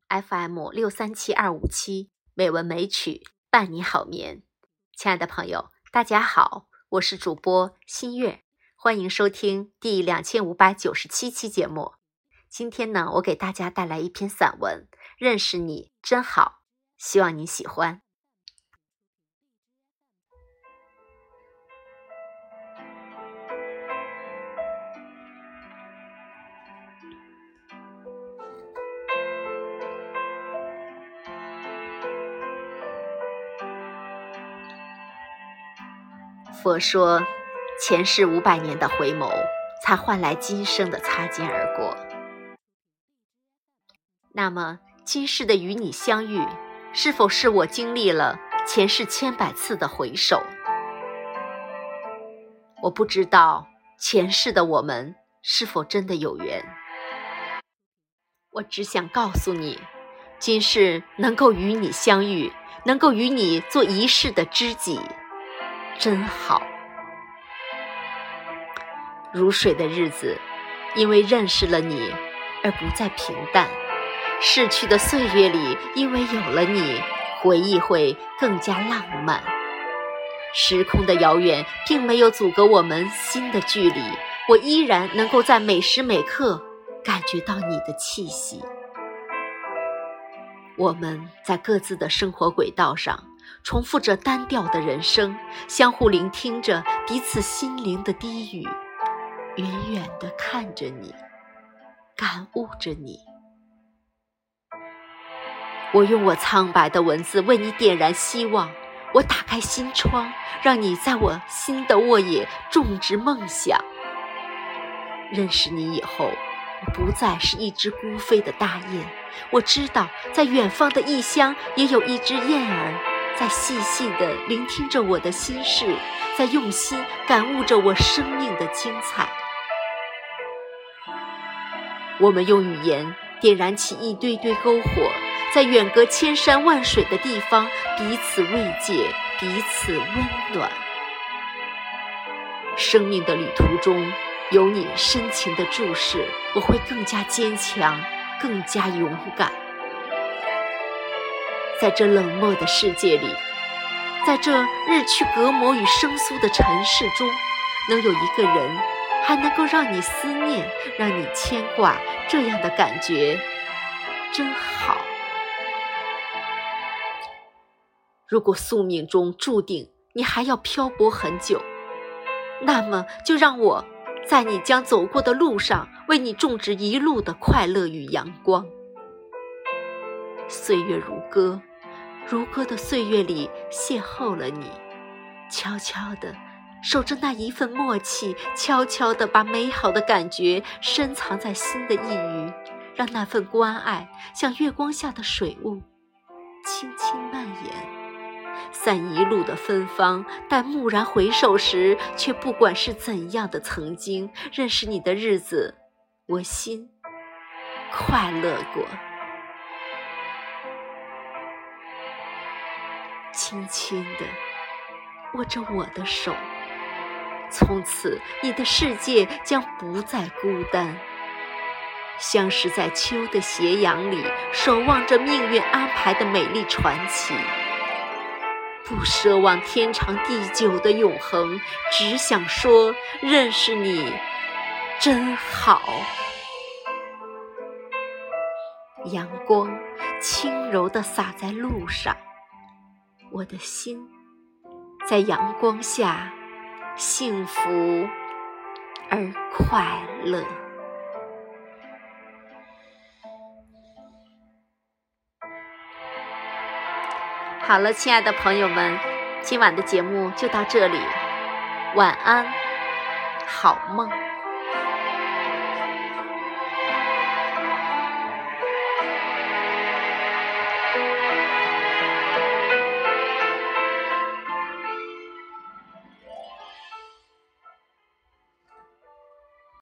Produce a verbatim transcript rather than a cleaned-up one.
F M 六三七二五七，美文美曲伴你好眠。亲爱的朋友，大家好，我是主播新月，欢迎收听第两千五百九十七期节目。今天呢，我给大家带来一篇散文，认识你真好，希望你喜欢。佛说，前世五百年的回眸，才换来今生的擦肩而过。那么，今世的与你相遇，是否是我经历了前世千百次的回首？我不知道前世的我们是否真的有缘。我只想告诉你，今世能够与你相遇，能够与你做一世的知己，真好。如水的日子，因为认识了你而不再平淡，逝去的岁月里，因为有了你，回忆会更加浪漫。时空的遥远并没有阻隔我们心的距离，我依然能够在每时每刻感觉到你的气息。我们在各自的生活轨道上重复着单调的人生，相互聆听着彼此心灵的低语，远远地看着你，感悟着你。我用我苍白的文字为你点燃希望，我打开心窗，让你在我心的沃野种植梦想。认识你以后，我不再是一只孤飞的大雁，我知道在远方的异乡也有一只燕儿，在细细地聆听着我的心事，在用心感悟着我生命的精彩。我们用语言点燃起一堆堆篝火，在远隔千山万水的地方彼此慰藉，彼此温暖。生命的旅途中有你深情的注视，我会更加坚强，更加勇敢。在这冷漠的世界里，在这日趋隔膜与生疏的尘世中，能有一个人还能够让你思念，让你牵挂，这样的感觉真好。如果宿命中注定你还要漂泊很久，那么就让我在你将走过的路上为你种植一路的快乐与阳光。岁月如歌，如歌的岁月里邂逅了你，悄悄地守着那一份默契，悄悄地把美好的感觉深藏在心的一隅，让那份关爱像月光下的水雾，轻轻蔓延，散一路的芬芳。待蓦然回首时，却不管是怎样的曾经，认识你的日子，我心快乐过。轻轻地握着我的手，从此你的世界将不再孤单。相识在秋的斜阳里，守望着命运安排的美丽传奇。不奢望天长地久的永恒，只想说认识你真好。阳光轻柔地洒在路上，我的心在阳光下幸福而快乐。好了，亲爱的朋友们，今晚的节目就到这里，晚安，好梦。